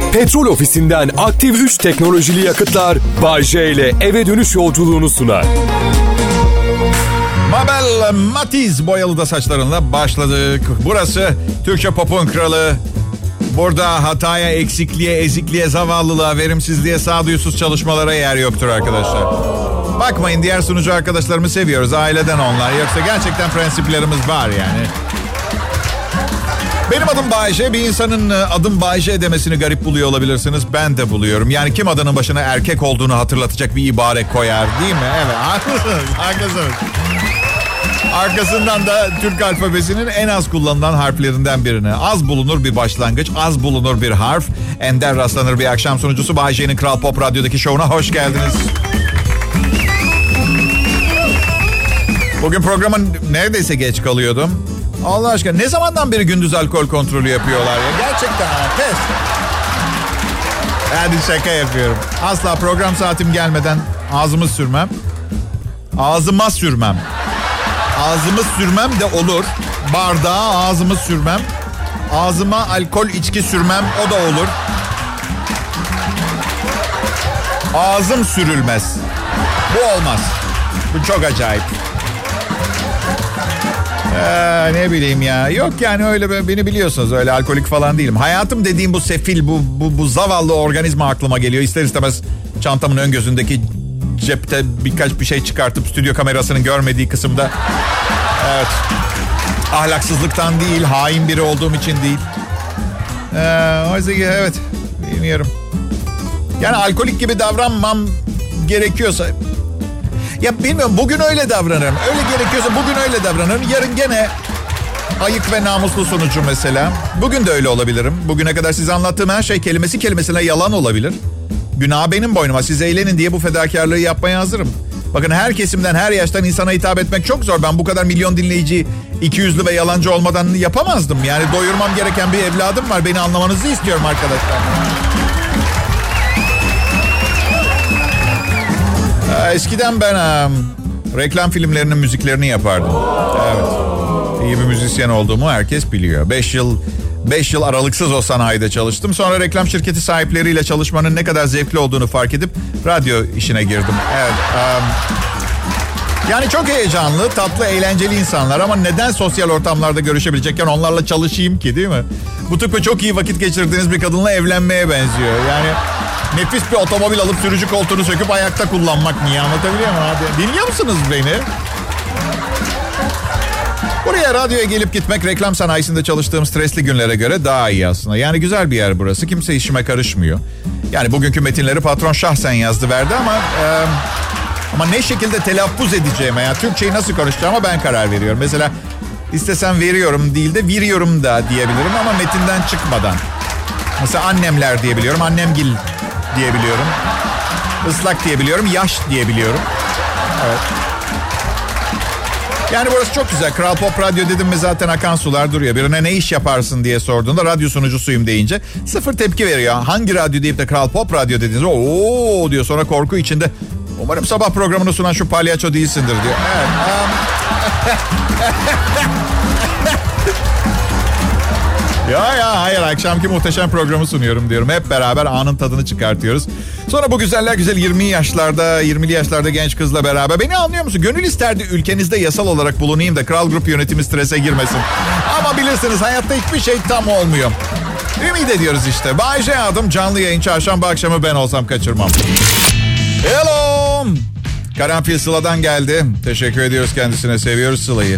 Petrol Ofisi'nden aktif 3 teknolojili yakıtlar Bay J ile eve dönüş yolculuğunu sunar. Mabel Matiz boyalı saçlarınla başladık. Burası Türkçe pop'un kralı. Burada hataya, eksikliğe, ezikliğe, zavallılığa, verimsizliğe, sağduyusuz çalışmalara yer yoktur arkadaşlar. Bakmayın, diğer sunucu arkadaşlarımı seviyoruz. Aileden onlar. Yoksa gerçekten prensiplerimiz var yani. Benim adım Bay J. Bir insanın adım Bay J demesini garip buluyor olabilirsiniz. Ben de buluyorum. Yani kim adının başına erkek olduğunu hatırlatacak bir ibare koyar, değil mi? Evet, haklısınız. Arkasından da Türk alfabesinin en az kullanılan harflerinden birini. Az bulunur bir başlangıç, az bulunur bir harf. Ender rastlanır bir akşam sunucusu Bay J'nin Kral Pop Radyo'daki şovuna hoş geldiniz. Bugün programın neredeyse geç kalıyordum. Allah aşkına, ne zamandan beri gündüz alkol kontrolü yapıyorlar ya? Gerçekten pes. Hadi şaka yapıyorum. Asla program saatim gelmeden ağzımı sürmem. Ağzıma sürmem. Ağzımı sürmem de olur. Bardağa ağzımı sürmem. Ağzıma alkol içki sürmem, o da olur. Ağzım sürülmez. Bu olmaz. Bu çok acayip. Ne bileyim ya. Yok yani öyle, beni biliyorsunuz, öyle alkolik falan değilim. Hayatım dediğim bu sefil, bu zavallı organizma aklıma geliyor. İster istemez çantamın ön gözündeki cepte birkaç bir şey çıkartıp stüdyo kamerasının görmediği kısımda. Evet. Ahlaksızlıktan değil, hain biri olduğum için değil. O yüzden evet, bilmiyorum. Yani alkolik gibi davranmam gerekiyorsa... Ya bilmiyorum, bugün öyle davranırım. Öyle gerekiyorsa bugün öyle davranırım. Yarın gene ayık ve namuslu sunucu mesela. Bugün de öyle olabilirim. Bugüne kadar size anlattığım her şey kelimesi kelimesine yalan olabilir. Günah benim boynuma. Siz eğlenin diye bu fedakarlığı yapmaya hazırım. Bakın, her kesimden, her yaştan insana hitap etmek çok zor. Ben bu kadar milyon dinleyici, ikiyüzlü ve yalancı olmadan yapamazdım. Yani doyurmam gereken bir evladım var. Beni anlamanızı istiyorum arkadaşlar. Eskiden ben reklam filmlerinin müziklerini yapardım. Evet. İyi bir müzisyen olduğumu herkes biliyor. 5 yıl aralıksız o sanayide çalıştım. Sonra reklam şirketi sahipleriyle çalışmanın ne kadar zevkli olduğunu fark edip radyo işine girdim. Evet. Yani çok heyecanlı, tatlı, eğlenceli insanlar ama neden sosyal ortamlarda görüşebilecekken onlarla çalışayım ki, değil mi? Bu tıpkı çok iyi vakit geçirdiğiniz bir kadınla evlenmeye benziyor. Yani nefis bir otomobil alıp sürücü koltuğunu söküp ayakta kullanmak, niye, anlatabiliyor muyum? Hadi. Dinliyor musunuz beni? Buraya radyoya gelip gitmek reklam sanayisinde çalıştığım stresli günlere göre daha iyi aslında. Yani güzel bir yer burası. Kimse işime karışmıyor. Yani bugünkü metinleri patron şahsen yazdı verdi ama ne şekilde telaffuz edeceğime, ya Türkçeyi nasıl konuşacağıma ben karar veriyorum. Mesela istesem veriyorum değil de veriyorum da diyebilirim ama metinden çıkmadan. Mesela annemler diyebiliyorum, annemgil diyebiliyorum. Islak diyebiliyorum, yaş diyebiliyorum. Evet. Yani burası çok güzel. Kral Pop Radyo dedim mi zaten akan sular duruyor. Birine ne iş yaparsın diye sorduğunda radyo sunucusuyum deyince sıfır tepki veriyor. Hangi radyo deyip de Kral Pop Radyo dediğinizde ooo diyor, sonra korku içinde. Umarım sabah programını sunan şu palyaço değilsindir diyor. Evet. Hayır, akşamki muhteşem programı sunuyorum diyorum. Hep beraber anın tadını çıkartıyoruz. Sonra bu güzeller güzel 20'li yaşlarda genç kızla beraber. Beni anlıyor musun? Gönül isterdi ülkenizde yasal olarak bulunayım da Kral Grup yönetimi strese girmesin. Ama bilirsiniz, hayatta hiçbir şey tam olmuyor. Ümit ediyoruz işte. Bay J adım, canlı yayın çarşamba akşamı, ben olsam kaçırmam. Hello! Karanfil Sıla'dan geldi. Teşekkür ediyoruz kendisine. Seviyoruz Sıla'yı.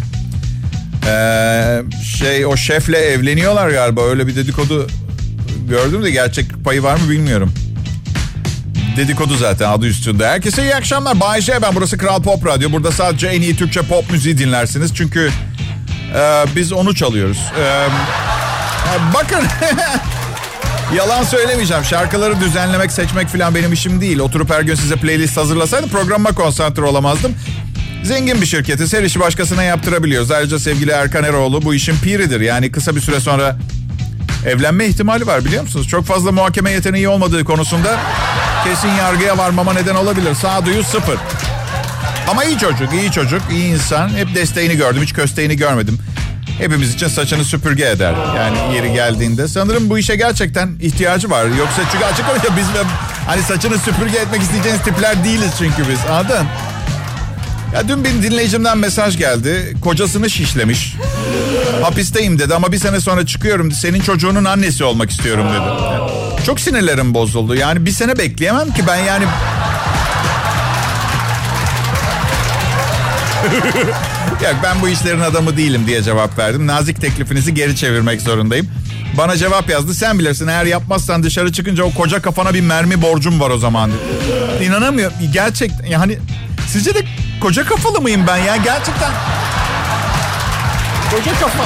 O şefle evleniyorlar galiba. Öyle bir dedikodu gördüm de gerçek payı var mı bilmiyorum. Dedikodu zaten adı üstünde. Herkese iyi akşamlar. Bay J ben. Burası Kral Pop Radyo. Burada sadece en iyi Türkçe pop müziği dinlersiniz. Çünkü biz onu çalıyoruz. Bakın... Yalan söylemeyeceğim. Şarkıları düzenlemek, seçmek falan benim işim değil. Oturup her gün size playlist hazırlasaydım programıma konsantre olamazdım. Zengin bir şirketiz. Her işi başkasına yaptırabiliyoruz. Ayrıca sevgili Erkan Eroğlu bu işin piridir. Yani kısa bir süre sonra evlenme ihtimali var, biliyor musunuz? Çok fazla muhakeme yeteneği olmadığı konusunda kesin yargıya varmama neden olabilir. Sağduyu sıfır. Ama iyi çocuk, iyi insan. Hep desteğini gördüm, hiç kösteğini görmedim. hepimiz için saçını süpürge eder. Yani yeri geldiğinde. Sanırım bu işe gerçekten ihtiyacı var. Yoksa çünkü açık olunca biz hani saçını süpürge etmek isteyeceğiniz tipler değiliz çünkü biz. Anladın? Ya dün bir dinleyicimden mesaj geldi. Kocasını şişlemiş. Hapisteyim dedi ama bir sene sonra çıkıyorum. Senin çocuğunun annesi olmak istiyorum dedi. Çok sinirlerim bozuldu. Yani bir sene bekleyemem ki ben yani... Yok, ben bu işlerin adamı değilim diye cevap verdim. Nazik teklifinizi geri çevirmek zorundayım. Bana cevap yazdı. Sen bilirsin, eğer yapmazsan dışarı çıkınca o koca kafana bir mermi borcum var o zaman. İnanamıyorum. Gerçekten yani sizce de koca kafalı mıyım ben ya? Gerçekten. Koca kafa.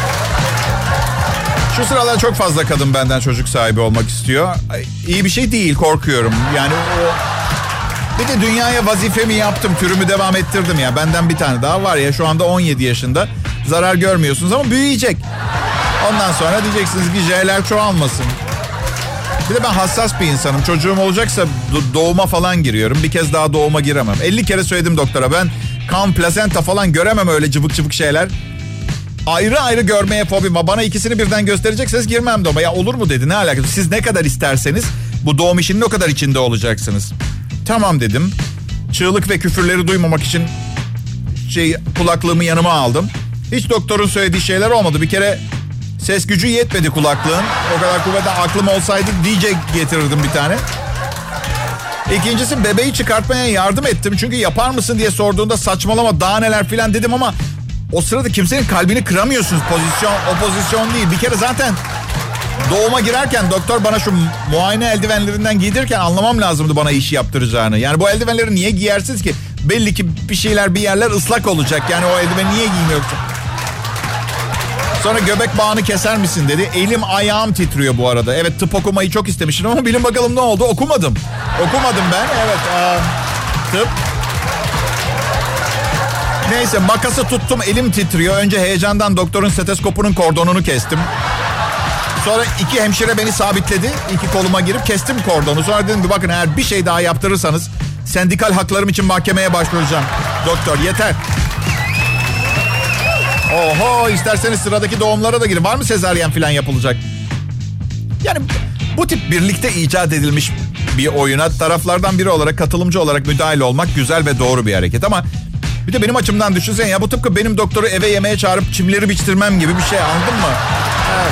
Şu sıralar çok fazla kadın benden çocuk sahibi olmak istiyor. İyi bir şey değil, korkuyorum. Yani o... Bir de dünyaya vazifemi yaptım, türümü devam ettirdim ya. Benden bir tane daha var ya, şu anda 17 yaşında. Zarar görmüyorsunuz ama büyüyecek. Ondan sonra diyeceksiniz ki J'ler çoğalmasın. Bir de ben hassas bir insanım. Çocuğum olacaksa doğuma falan giriyorum. Bir kez daha doğuma giremem. 50 kere söyledim doktora, ben kan, plasenta falan göremem, öyle cıvık cıvık şeyler. Ayrı ayrı görmeye fobim var. Bana ikisini birden gösterecekseniz girmem doğuma. Ya olur mu dedi, ne alakası? Siz ne kadar isterseniz bu doğum işinin o kadar içinde olacaksınız. Tamam dedim. Çığlık ve küfürleri duymamak için kulaklığımı yanıma aldım. Hiç doktorun söylediği şeyler olmadı. Bir kere ses gücü yetmedi kulaklığın. O kadar kuvvetli, aklım olsaydı DJ getirirdim bir tane. İkincisi, bebeği çıkartmaya yardım ettim. Çünkü yapar mısın diye sorduğunda saçmalama daha neler filan dedim ama o sırada kimsenin kalbini kıramıyorsunuz. O pozisyon değil. Bir kere zaten doğuma girerken doktor bana şu muayene eldivenlerinden giydirirken anlamam lazımdı bana iş yaptıracağını. Yani bu eldivenleri niye giyersiniz ki? Belli ki bir şeyler, bir yerler ıslak olacak. Yani o eldiveni niye giymiyorsun? Sonra göbek bağını keser misin dedi. Elim ayağım titriyor bu arada. Evet, tıp okumayı çok istemiştim ama bilin bakalım ne oldu? Okumadım ben. Evet, tıp. Neyse, makası tuttum, elim titriyor. Önce heyecandan doktorun stetoskopunun kordonunu kestim. Sonra 2 hemşire beni sabitledi. 2 koluma girip kestim kordonu. Sonra dedim ki bakın, eğer bir şey daha yaptırırsanız sendikal haklarım için mahkemeye başvuracağım. Doktor yeter. Oho, isterseniz sıradaki doğumlara da girin. Var mı sezaryen falan yapılacak? Yani bu tip birlikte icat edilmiş bir oyuna taraflardan biri olarak, katılımcı olarak müdahil olmak güzel ve doğru bir hareket. Ama bir de benim açımdan düşünsene ya, bu tıpkı benim doktoru eve yemeğe çağırıp çimleri biçtirmem gibi bir şey, anladın mı? Evet.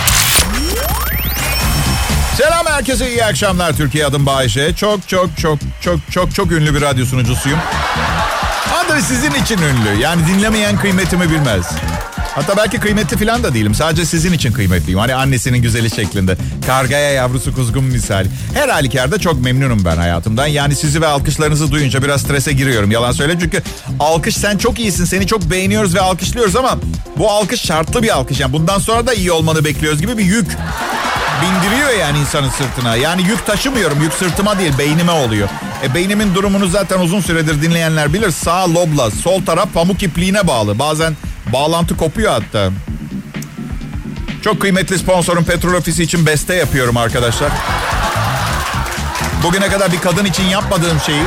Selam herkese, iyi akşamlar Türkiye, adım Bayşe. Çok ünlü bir radyo sunucusuyum. Adı sizin için ünlü. Yani dinlemeyen kıymetimi bilmez. Hatta belki kıymetli falan da değilim. Sadece sizin için kıymetliyim. Hani annesinin güzeli şeklinde. Kargaya yavrusu kuzgun misali. Her halükarda çok memnunum ben hayatımdan. Yani sizi ve alkışlarınızı duyunca biraz strese giriyorum. Yalan söyleyeyim, çünkü alkış, sen çok iyisin, seni çok beğeniyoruz ve alkışlıyoruz ama bu alkış şartlı bir alkış. Yani bundan sonra da iyi olmanı bekliyoruz gibi bir yük bindiriyor yani insanın sırtına. Yani yük taşımıyorum. Yük sırtıma değil, beynime oluyor. Beynimin durumunu zaten uzun süredir dinleyenler bilir. Sağ lobla sol taraf pamuk ipliğine bağlı. Bazen bağlantı kopuyor hatta. Çok kıymetli sponsorum Petrol Ofisi için beste yapıyorum arkadaşlar. Bugüne kadar bir kadın için yapmadığım şeyi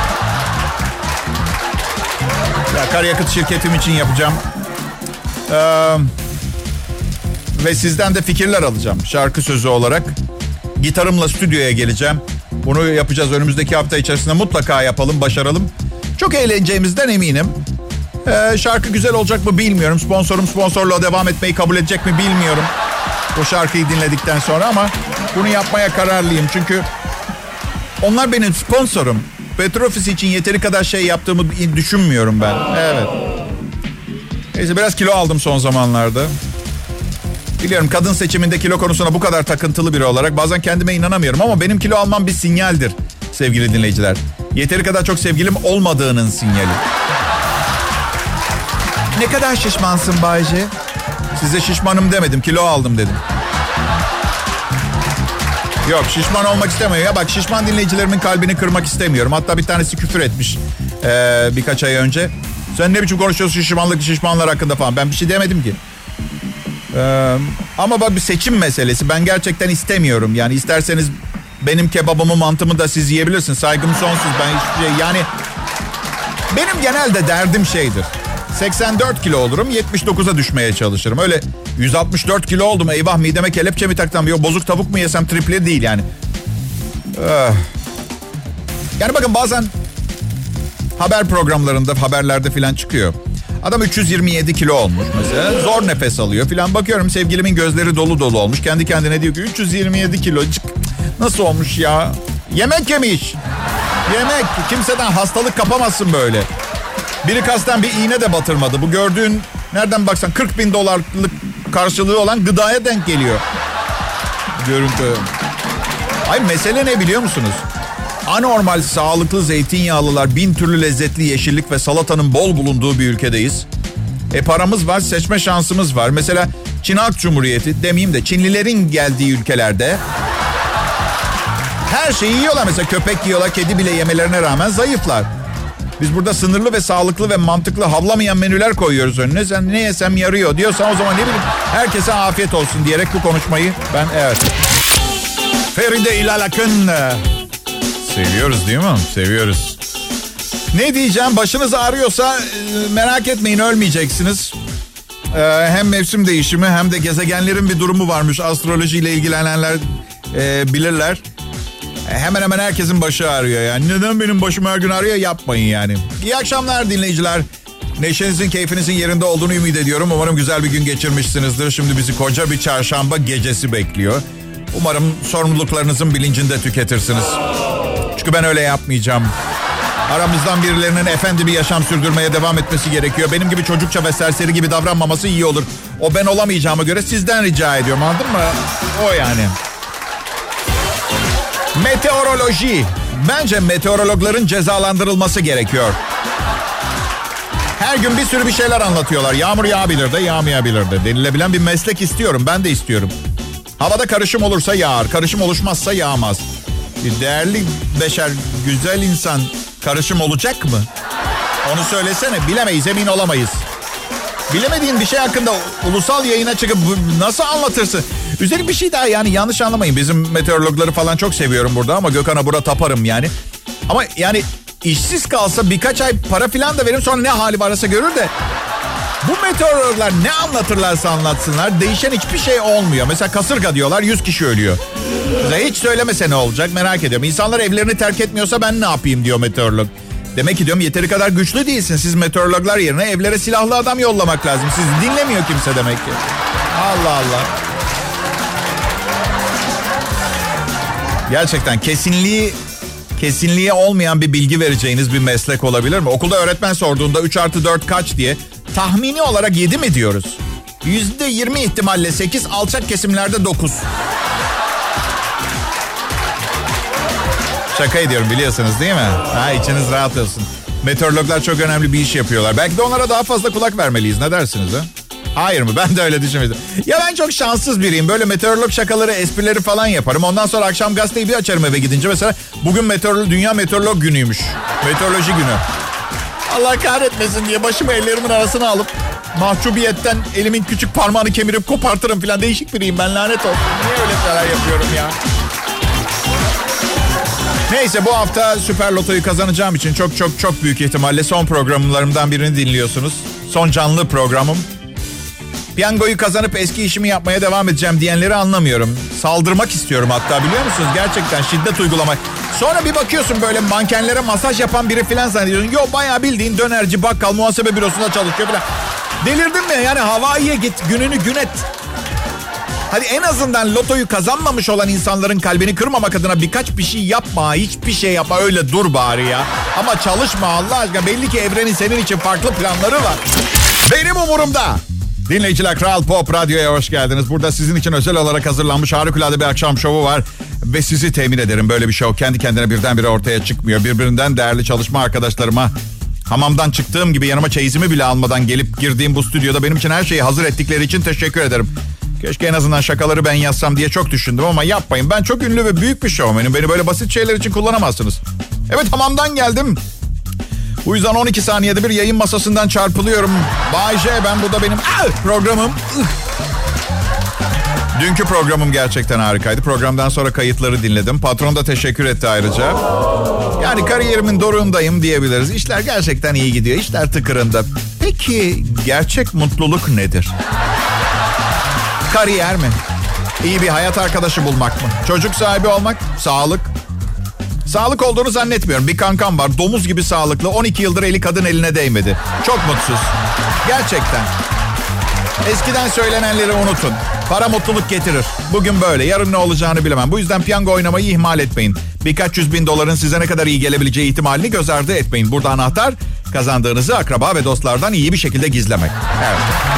akaryakıt şirketim için yapacağım. Ve sizden de fikirler alacağım şarkı sözü olarak. Gitarımla stüdyoya geleceğim. Bunu yapacağız önümüzdeki hafta içerisinde, mutlaka yapalım, başaralım. Çok eğleneceğimizden eminim. Şarkı güzel olacak mı bilmiyorum. Sponsorum sponsorluğa devam etmeyi kabul edecek mi bilmiyorum. O şarkıyı dinledikten sonra, ama bunu yapmaya kararlıyım. Çünkü onlar benim sponsorum. Petrol Ofisi için yeteri kadar şey yaptığımı düşünmüyorum ben. Evet. Neyse, biraz kilo aldım son zamanlarda. Biliyorum, kadın seçiminde kilo konusuna bu kadar takıntılı biri olarak bazen kendime inanamıyorum ama benim kilo almam bir sinyaldir sevgili dinleyiciler. Yeteri kadar çok sevgilim olmadığının sinyali. Ne kadar şişmansın Bayce? Size şişmanım demedim, kilo aldım dedim. Yok, şişman olmak istemiyor. Ya bak, şişman dinleyicilerimin kalbini kırmak istemiyorum. Hatta bir tanesi küfür etmiş birkaç ay önce. Sen ne biçim konuşuyorsun şişmanlar hakkında falan. Ben bir şey demedim ki. Ama bak, bir seçim meselesi. Ben gerçekten istemiyorum. Yani isterseniz benim kebabımı, mantımı da siz yiyebilirsiniz. Saygım sonsuz. Ben hiçbir şey, yani benim genelde derdim şeydir. 84 kilo olurum, 79'a düşmeye çalışırım. Öyle 164 kilo oldum, eyvah mideme kelepçe mi taksam, yok bozuk tavuk mu yesem triple değil yani. Yani bakın bazen haber programlarında, haberlerde falan çıkıyor. Adam 327 kilo olmuş mesela. Zor nefes alıyor falan. Bakıyorum sevgilimin gözleri dolu dolu olmuş. Kendi kendine diyor ki 327 kilo. Nasıl olmuş ya? Yemek yemiş. Yemek. Kimseden hastalık kapamazsın böyle. Biri kasten bir iğne de batırmadı. Bu gördüğün nereden baksan $40,000 karşılığı olan gıdaya denk geliyor. Görüntü. Ay mesele ne biliyor musunuz? Anormal sağlıklı zeytinyağlılar, 1000 türlü lezzetli yeşillik ve salatanın bol bulunduğu bir ülkedeyiz. Paramız var, seçme şansımız var. Mesela Çin Halk Cumhuriyeti demeyeyim de Çinlilerin geldiği ülkelerde her şeyi yiyorlar. Mesela köpek yiyorlar, kedi bile yemelerine rağmen zayıflar. Biz burada sınırlı ve sağlıklı ve mantıklı havlamayan menüler koyuyoruz önüne. Sen ne yesem yarıyor diyorsan o zaman ne bileyim herkese afiyet olsun diyerek bu konuşmayı ben Feride İlalak'ın seviyoruz değil mi? Seviyoruz. Ne diyeceğim? Başınız ağrıyorsa merak etmeyin, ölmeyeceksiniz. Hem mevsim değişimi hem de gezegenlerin bir durumu varmış. Astrolojiyle ilgilenenler bilirler. Hemen hemen herkesin başı ağrıyor yani. Neden benim başım her gün ağrıyor? Yapmayın yani. İyi akşamlar dinleyiciler. Neşenizin, keyfinizin yerinde olduğunu ümit ediyorum. Umarım güzel bir gün geçirmişsinizdir. Şimdi bizi koca bir çarşamba gecesi bekliyor. Umarım sorumluluklarınızın bilincinde tüketirsiniz. Çünkü ben öyle yapmayacağım. Aramızdan birilerinin efendi bir yaşam sürdürmeye devam etmesi gerekiyor. Benim gibi çocukça ve serseri gibi davranmaması iyi olur. O ben olamayacağıma göre sizden rica ediyorum, anladın mı? O yani. Meteoroloji. Bence meteorologların cezalandırılması gerekiyor. Her gün bir sürü bir şeyler anlatıyorlar. Yağmur yağabilir de yağmayabilir de denilebilen bir meslek istiyorum. Ben de istiyorum. Havada karışım olursa yağar. Karışım oluşmazsa yağmaz. Bir değerli beşer, güzel insan karışım olacak mı? Onu söylesene. Bilemeyiz, emin olamayız. Bilemediğin bir şey hakkında ulusal yayına çıkıp nasıl anlatırsın? Üstelik bir şey daha, yani yanlış anlamayın. Bizim meteorologları falan çok seviyorum burada ama Gökhan'a burada taparım yani. Ama yani işsiz kalsa birkaç ay para falan da verim, sonra ne hali varsa görür de. Bu meteorologlar ne anlatırlarsa anlatsınlar değişen hiçbir şey olmuyor. Mesela kasırga diyorlar, 100 kişi ölüyor. Mesela hiç söylemese ne olacak merak ediyorum. İnsanlar evlerini terk etmiyorsa ben ne yapayım diyor meteorolog. Demek ki diyorum yeteri kadar güçlü değilsin. Siz meteorologlar yerine evlere silahlı adam yollamak lazım. Sizi dinlemiyor kimse demek ki. Allah Allah. Gerçekten kesinliği olmayan bir bilgi vereceğiniz bir meslek olabilir mi? Okulda öğretmen sorduğunda 3+4 kaç diye tahmini olarak 7 mi diyoruz? %20 ihtimalle 8, alçak kesimlerde 9. Şaka ediyorum biliyorsunuz değil mi? Ha, içiniz rahat olsun. Meteorologlar çok önemli bir iş yapıyorlar. Belki de onlara daha fazla kulak vermeliyiz. Ne dersiniz ha? Hayır mı? Ben de öyle düşünmedim. Ya ben çok şanssız biriyim. Böyle meteorolog şakaları, esprileri falan yaparım. Ondan sonra akşam gazeteyi bir açarım eve gidince. Mesela bugün Dünya Meteorolog Günü'ymüş. Meteoroloji günü. Allah kahretmesin diye başımı ellerimin arasına alıp mahcubiyetten elimin küçük parmağını kemirip kopartırım falan. Değişik biriyim ben, lanet olsun. Niye öyle şeyler yapıyorum ya? Neyse, bu hafta Süper Loto'yu kazanacağım için çok büyük ihtimalle son programlarımdan birini dinliyorsunuz. Son canlı programım. Piyangoyu kazanıp eski işimi yapmaya devam edeceğim diyenleri anlamıyorum. Saldırmak istiyorum hatta, biliyor musunuz? Gerçekten şiddet uygulamak. Sonra bir bakıyorsun böyle mankenlere masaj yapan biri falan zannediyorsun. Yo, bayağı bildiğin dönerci, bakkal, muhasebe bürosunda çalışıyor falan. Delirdin mi? Yani Hawaii'ye git, gününü gün et. Hadi en azından lotoyu kazanmamış olan insanların kalbini kırmamak adına birkaç bir şey yapma. Hiçbir şey yapma, öyle dur bari ya. Ama çalışma Allah aşkına. Belli ki evrenin senin için farklı planları var. Benim umurumda. Dinleyiciler, Kral Pop Radyo'ya hoş geldiniz. Burada sizin için özel olarak hazırlanmış harikulade bir akşam şovu var. Ve sizi temin ederim, böyle bir şov kendi kendine birdenbire ortaya çıkmıyor. Birbirinden değerli çalışma arkadaşlarıma hamamdan çıktığım gibi yanıma çeyizimi bile almadan gelip girdiğim bu stüdyoda benim için her şeyi hazır ettikleri için teşekkür ederim. Keşke en azından şakaları ben yazsam diye çok düşündüm ama yapmayın. Ben çok ünlü ve büyük bir şovmenim. Beni böyle basit şeyler için kullanamazsınız. Evet, hamamdan geldim. Bu yüzden 12 saniyede bir yayın masasından çarpılıyorum. Bay J, bu da benim programım. Dünkü programım gerçekten harikaydı. Programdan sonra kayıtları dinledim. Patron da teşekkür etti ayrıca. Yani kariyerimin doruğundayım diyebiliriz. İşler gerçekten iyi gidiyor. İşler tıkırında. Peki gerçek mutluluk nedir? Kariyer mi? İyi bir hayat arkadaşı bulmak mı? Çocuk sahibi olmak? Sağlık? Sağlık olduğunu zannetmiyorum. Bir kankam var, domuz gibi sağlıklı. 12 yıldır eli kadın eline değmedi. Çok mutsuz. Gerçekten. Eskiden söylenenleri unutun. Para mutluluk getirir. Bugün böyle, yarın ne olacağını bilemem. Bu yüzden piyango oynamayı ihmal etmeyin. Birkaç $100.000 size ne kadar iyi gelebileceği ihtimalini göz ardı etmeyin. Burada anahtar, kazandığınızı akraba ve dostlardan iyi bir şekilde gizlemek. Evet.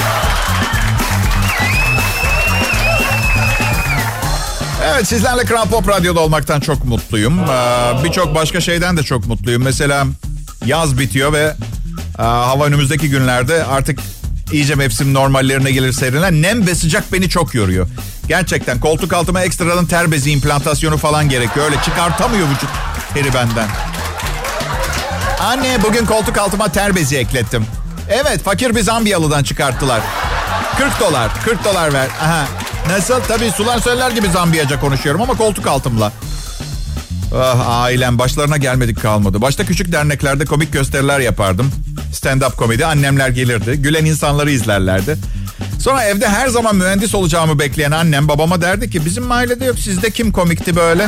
Evet, sizlerle Kral Pop Radyo'da olmaktan çok mutluyum. Birçok başka şeyden de çok mutluyum. Mesela yaz bitiyor ve hava önümüzdeki günlerde artık iyice mevsim normallerine gelir seyreden. Nem ve sıcak beni çok yoruyor. Gerçekten koltuk altıma ekstradan ter bezi implantasyonu falan gerekiyor. Öyle çıkartamıyor vücut teri benden. Anne, bugün koltuk altıma ter bezi eklettim. Evet, fakir bir Zambiyalı'dan çıkarttılar. $40 ver. Aha. Nasıl? Tabii sular söyler gibi Zambiyaca konuşuyorum ama koltuk altımla. Ailem başlarına gelmedik kalmadı. Başta küçük derneklerde komik gösteriler yapardım. Stand-up komedi. Annemler gelirdi. Gülen insanları izlerlerdi. Sonra evde her zaman mühendis olacağımı bekleyen annem babama derdi ki bizim ailede yok. Sizde kim komikti böyle?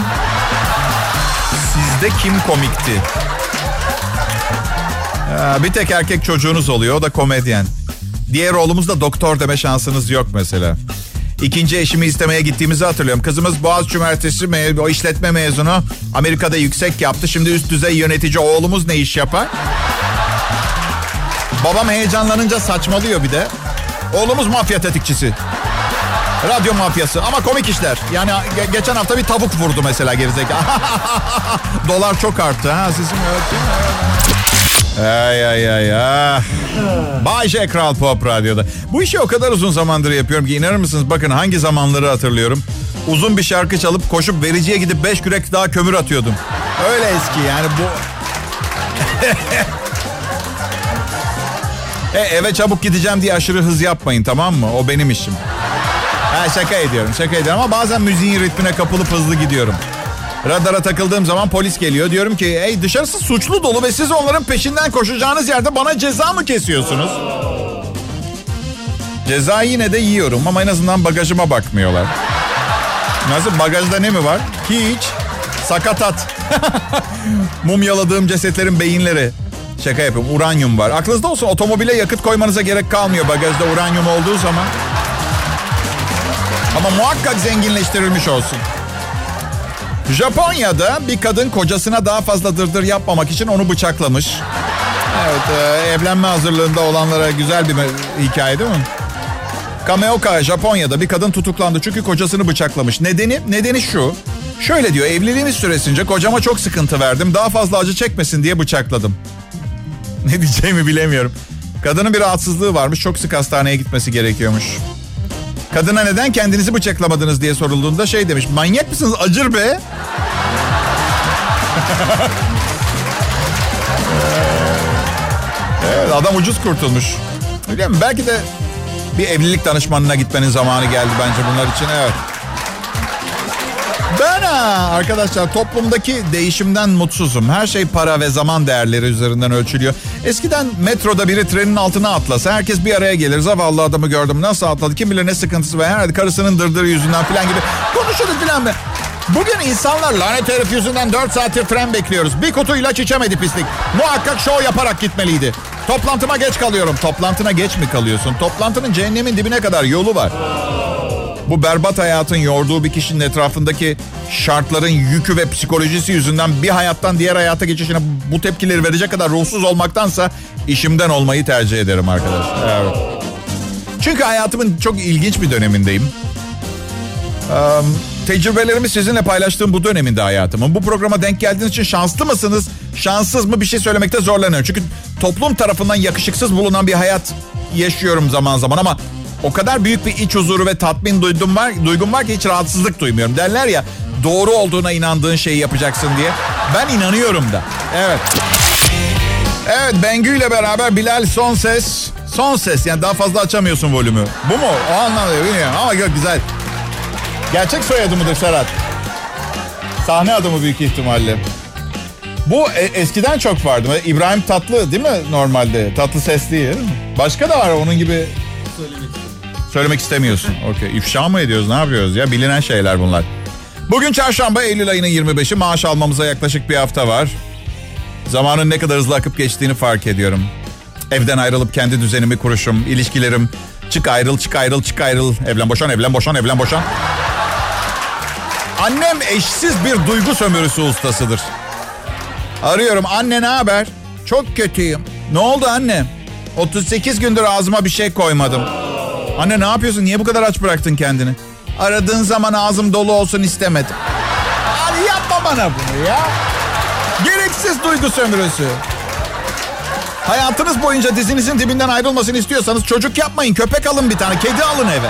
Sizde kim komikti? Bir tek erkek çocuğunuz oluyor. O da komedyen. Diğer oğlumuzda doktor deme şansınız yok mesela. İkinci eşimi istemeye gittiğimizi hatırlıyorum. Kızımız Boğaziçi Üniversitesi o işletme mezunu. Amerika'da yüksek yaptı. Şimdi üst düzey yönetici. Oğlumuz ne iş yapar? Babam heyecanlanınca saçmalıyor bir de. Oğlumuz mafya tetikçisi. Radyo mafyası ama komik işler. Yani geçen hafta bir tavuk vurdu mesela gerizekalı. Dolar çok arttı. Ha, sizin Ay. Bay J Kral Pop Radyo'da. Bu işi o kadar uzun zamandır yapıyorum ki inanır mısınız? Bakın hangi zamanları hatırlıyorum. Uzun bir şarkı çalıp koşup vericiye gidip 5 kürek daha kömür atıyordum. Öyle eski yani bu. Eve çabuk gideceğim diye aşırı hız yapmayın, tamam mı? O benim işim. Şaka ediyorum ama bazen müziğin ritmine kapılıp hızlı gidiyorum. Radara takıldığım zaman polis geliyor. Diyorum ki hey, dışarısı suçlu dolu ve siz onların peşinden koşacağınız yerde bana ceza mı kesiyorsunuz? Cezayı yine de yiyorum ama en azından bagajıma bakmıyorlar. Nasıl, bagajda ne mi var? Hiç. Sakatat. Mumyaladığım cesetlerin beyinleri. Şaka yapıyorum, uranyum var. Aklınızda olsun, otomobile yakıt koymanıza gerek kalmıyor bagajda uranyum olduğu zaman. Ama muhakkak zenginleştirilmiş olsun. Japonya'da bir kadın kocasına daha fazla dırdır yapmamak için onu bıçaklamış. Evet, evlenme hazırlığında olanlara güzel bir hikaye değil mi? Kameoka, Japonya'da bir kadın tutuklandı çünkü kocasını bıçaklamış. Nedeni şu. Şöyle diyor, evliliğimiz süresince kocama çok sıkıntı verdim. Daha fazla acı çekmesin diye bıçakladım. Ne diyeceğimi bilemiyorum. Kadının bir rahatsızlığı varmış, çok sık hastaneye gitmesi gerekiyormuş. Kadına neden kendinizi bıçaklamadınız diye sorulduğunda şey demiş. Manyak mısınız? Acır be. Evet, adam ucuz kurtulmuş. Biliyor musun? Belki de bir evlilik danışmanına gitmenin zamanı geldi bence bunlar için. Evet. Ben arkadaşlar toplumdaki değişimden mutsuzum. Her şey para ve zaman değerleri üzerinden ölçülüyor. Eskiden metroda biri trenin altına atlasa herkes bir araya gelir. Zavallı adamı gördüm, nasıl atladı, kim bilir ne sıkıntısı var. Herhalde karısının dırdırı yüzünden falan gibi konuşuruz falan be. Bugün insanlar lanet herif yüzünden 4 saattir tren bekliyoruz. Bir kutu ilaç içemedi pislik. Muhakkak şov yaparak gitmeliydi. Toplantıma geç kalıyorum. Toplantına geç mi kalıyorsun? Toplantının cehennemin dibine kadar yolu var. Bu berbat hayatın yorduğu bir kişinin etrafındaki şartların yükü ve psikolojisi yüzünden bir hayattan diğer hayata geçişine bu tepkileri verecek kadar ruhsuz olmaktansa işimden olmayı tercih ederim arkadaşlar. Evet. Çünkü hayatımın çok ilginç bir dönemindeyim. Tecrübelerimi sizinle paylaştığım bu döneminde hayatımın. Bu programa denk geldiğiniz için şanslı mısınız? Şanssız mı, bir şey söylemekte zorlanıyorum. Çünkü toplum tarafından yakışıksız bulunan bir hayat yaşıyorum zaman zaman ama o kadar büyük bir iç huzuru ve tatmin duygum var ki hiç rahatsızlık duymuyorum. Derler ya, doğru olduğuna inandığın şeyi yapacaksın diye. Ben inanıyorum da. Evet. Evet, Bengü ile beraber Bilal son ses. Son ses, yani daha fazla açamıyorsun volümü. Bu mu? O anlamda bilmiyorum ama güzel. Gerçek soyadı mıdır Serhat? Sahne adımı büyük ihtimalle. Bu eskiden çok vardı. İbrahim Tatlı değil mi normalde? Tatlı sesli değil mi? Başka da var onun gibi. Söylemek istemiyorsun. Okey. İfşa mı ediyoruz? Ne yapıyoruz ya? Bilinen şeyler bunlar. Bugün çarşamba, Eylül ayının 25'i. Maaş almamıza yaklaşık bir hafta var. Zamanın ne kadar hızlı akıp geçtiğini fark ediyorum. Evden ayrılıp kendi düzenimi kuruşum, ilişkilerim. Çık ayrıl, çık ayrıl, çık ayrıl. Evlen boşan, evlen boşan, evlen boşan. Annem eşsiz bir duygu sömürüsü ustasıdır. Arıyorum, anne ne haber? Çok kötüyüm. Ne oldu anne? 38 gündür ağzıma bir şey koymadım. Anne ne yapıyorsun? Niye bu kadar aç bıraktın kendini? Aradığın zaman ağzım dolu olsun istemedim. Hadi yapma bana bunu ya. Gereksiz duygu sömürüsü. Hayatınız boyunca dizinizin dibinden ayrılmasını istiyorsanız çocuk yapmayın. Köpek alın bir tane. Kedi alın eve.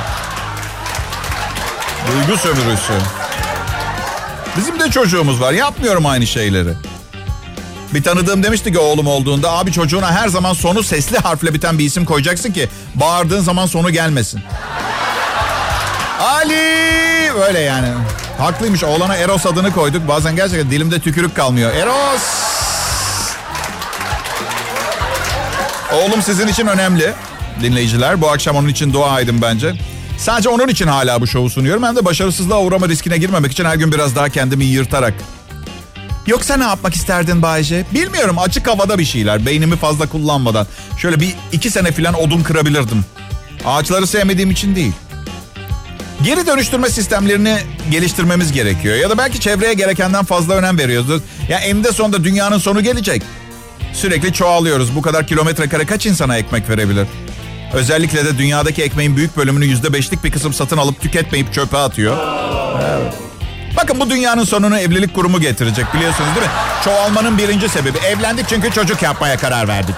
Duygu sömürüsü. Bizim de çocuğumuz var. Yapmıyorum aynı şeyleri. Bir tanıdığım demişti ki oğlum olduğunda, abi çocuğuna her zaman sonu sesli harfle biten bir isim koyacaksın ki bağırdığın zaman sonu gelmesin. Ali! Böyle yani. Haklıymış. Oğlana Eros adını koyduk. Bazen gerçekten dilimde tükürük kalmıyor. Eros! Oğlum sizin için önemli dinleyiciler. Bu akşam onun için dua edin bence. Sadece onun için hala bu şovu sunuyorum. Hem de başarısızlığa uğrama riskine girmemek için her gün biraz daha kendimi yırtarak. Yoksa ne yapmak isterdin Bayce? Bilmiyorum, açık havada bir şeyler. Beynimi fazla kullanmadan. Şöyle bir 2 sene falan odun kırabilirdim. Ağaçları sevmediğim için değil. Geri dönüştürme sistemlerini geliştirmemiz gerekiyor. Ya da belki çevreye gerekenden fazla önem veriyoruz. Ya eninde sonunda dünyanın sonu gelecek. Sürekli çoğalıyoruz. Bu kadar kilometre kare kaç insana ekmek verebilir? Özellikle de dünyadaki ekmeğin büyük bölümünü %5'lik bir kısım satın alıp tüketmeyip çöpe atıyor. Evet. Bakın bu dünyanın sonunu evlilik kurumu getirecek, biliyorsunuz değil mi? Çoğalmanın birinci sebebi. Evlendik çünkü çocuk yapmaya karar verdik.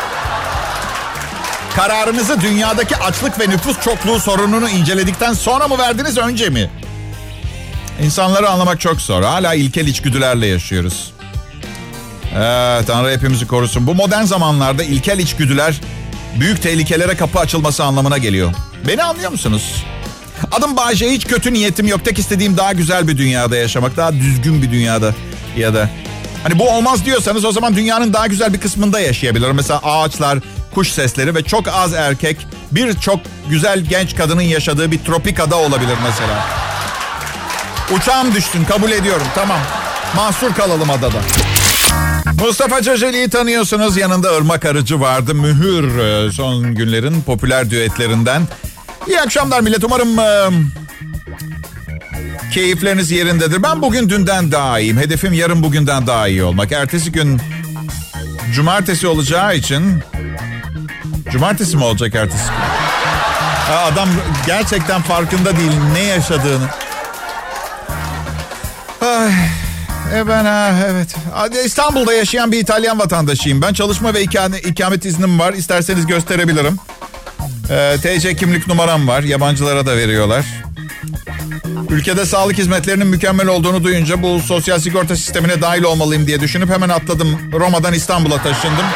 Kararınızı dünyadaki açlık ve nüfus çokluğu sorununu inceledikten sonra mı verdiniz, önce mi? İnsanları anlamak çok zor. Hala ilkel içgüdülerle yaşıyoruz. Tanrı hepimizi korusun. Bu modern zamanlarda ilkel içgüdüler büyük tehlikelere kapı açılması anlamına geliyor. Beni anlıyor musunuz? Adım Bayce, hiç kötü niyetim yok. Tek istediğim daha güzel bir dünyada yaşamak. Daha düzgün bir dünyada. Ya da hani bu olmaz diyorsanız o zaman dünyanın daha güzel bir kısmında yaşayabilirim. Mesela ağaçlar, kuş sesleri ve çok az erkek, birçok güzel genç kadının yaşadığı bir tropik ada olabilir mesela. Uçağım düşsün, kabul ediyorum, tamam. Mahsur kalalım adada. Mustafa Ceceli'yi tanıyorsunuz. Yanında Irmak Arıcı vardı. Mühür son günlerin popüler düetlerinden. İyi akşamlar millet. Umarım keyifleriniz yerindedir. Ben bugün dünden daha iyiyim. Hedefim yarın bugünden daha iyi olmak. Ertesi gün cumartesi olacağı için... Cumartesi mi olacak ertesi gün? Adam gerçekten farkında değil ne yaşadığını. Ay... evet. İstanbul'da yaşayan bir İtalyan vatandaşıyım. Ben çalışma ve ikamet iznim var. İsterseniz gösterebilirim. TC kimlik numaram var. Yabancılara da veriyorlar. Ülkede sağlık hizmetlerinin mükemmel olduğunu duyunca bu sosyal sigorta sistemine dahil olmalıyım diye düşünüp hemen atladım. Roma'dan İstanbul'a taşındım.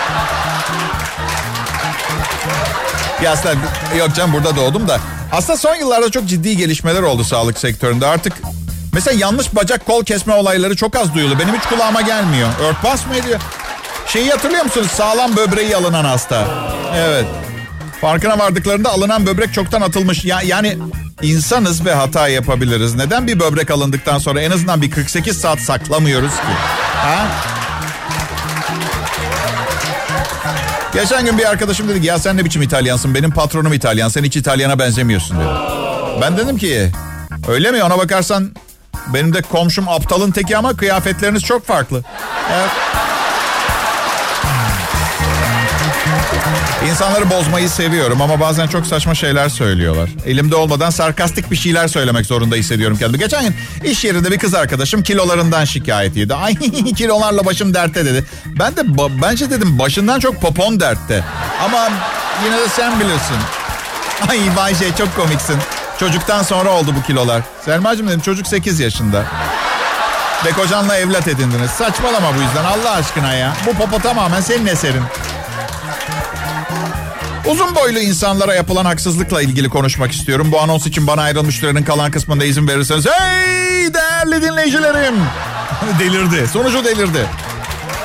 Ya aslında yok canım, burada doğdum da. Aslında son yıllarda çok ciddi gelişmeler oldu sağlık sektöründe. Artık mesela yanlış bacak kol kesme olayları çok az duyuluyor. Benim hiç kulağıma gelmiyor. Örtbas mı ediyor? Şeyi hatırlıyor musunuz? Sağlam böbreği alınan hasta. Evet. Farkına vardıklarında alınan böbrek çoktan atılmış. Yani insanız ve hata yapabiliriz. Neden bir böbrek alındıktan sonra en azından bir 48 saat saklamıyoruz ki? Ha? Geçen gün bir arkadaşım dedi ki ya sen ne biçim İtalyansın? Benim patronum İtalyan. Sen hiç İtalyana benzemiyorsun dedi. Ben dedim ki öyle mi? Ona bakarsan benim de komşum aptalın teki ama kıyafetleriniz çok farklı. Evet. İnsanları bozmayı seviyorum ama bazen çok saçma şeyler söylüyorlar. Elimde olmadan sarkastik bir şeyler söylemek zorunda hissediyorum kendimi. Geçen gün iş yerinde bir kız arkadaşım kilolarından şikayetiydi. Ay kilolarla başım dertte dedi. Ben de bence dedim başından çok popon dertte. Ama yine de sen bilirsin. Ay Bayce çok komiksin. Çocuktan sonra oldu bu kilolar. Selma'cığım dedim çocuk 8 yaşında. Ve kocanla evlat edindiniz. Saçmalama bu yüzden Allah aşkına ya. Bu popo tamamen senin eserin. Uzun boylu insanlara yapılan haksızlıkla ilgili konuşmak istiyorum. Bu anons için bana ayrılmış sürenin kalan kısmında izin verirseniz. Hey değerli dinleyicilerim. Delirdi. Sonucu delirdi.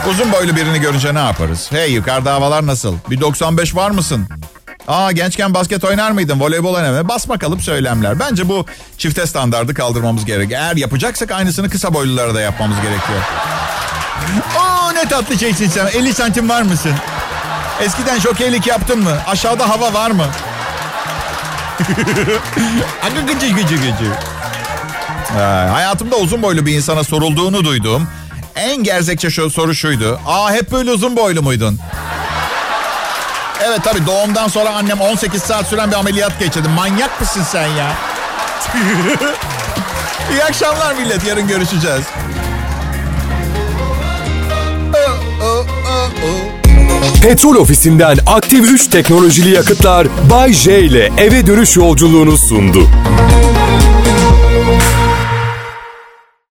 Uzun boylu birini görünce ne yaparız? Hey, yukarıda havalar nasıl? Bir 95 var mısın? Aa, gençken basket oynar mıydın? Voleybol oynar. Basma kalıp söylemler. Bence bu çifte standardı kaldırmamız gerek. Eğer yapacaksak aynısını kısa boylulara da yapmamız gerekiyor. Aa, ne tatlı şeysin sen. 50 santim var mısın? Eskiden jokeylik yaptın mı? Aşağıda hava var mı? Gıcı. Hayatımda uzun boylu bir insana sorulduğunu duyduğum en gerzekçe soru şuydu. Aa, hep böyle uzun boylu muydun? Evet, tabii doğumdan sonra annem 18 saat süren bir ameliyat geçirdi. Manyak mısın sen ya? İyi akşamlar millet. Yarın görüşeceğiz. Petrol Ofisi'nden Aktif 3 teknolojili yakıtlar Bay J ile eve dönüş yolculuğunu sundu.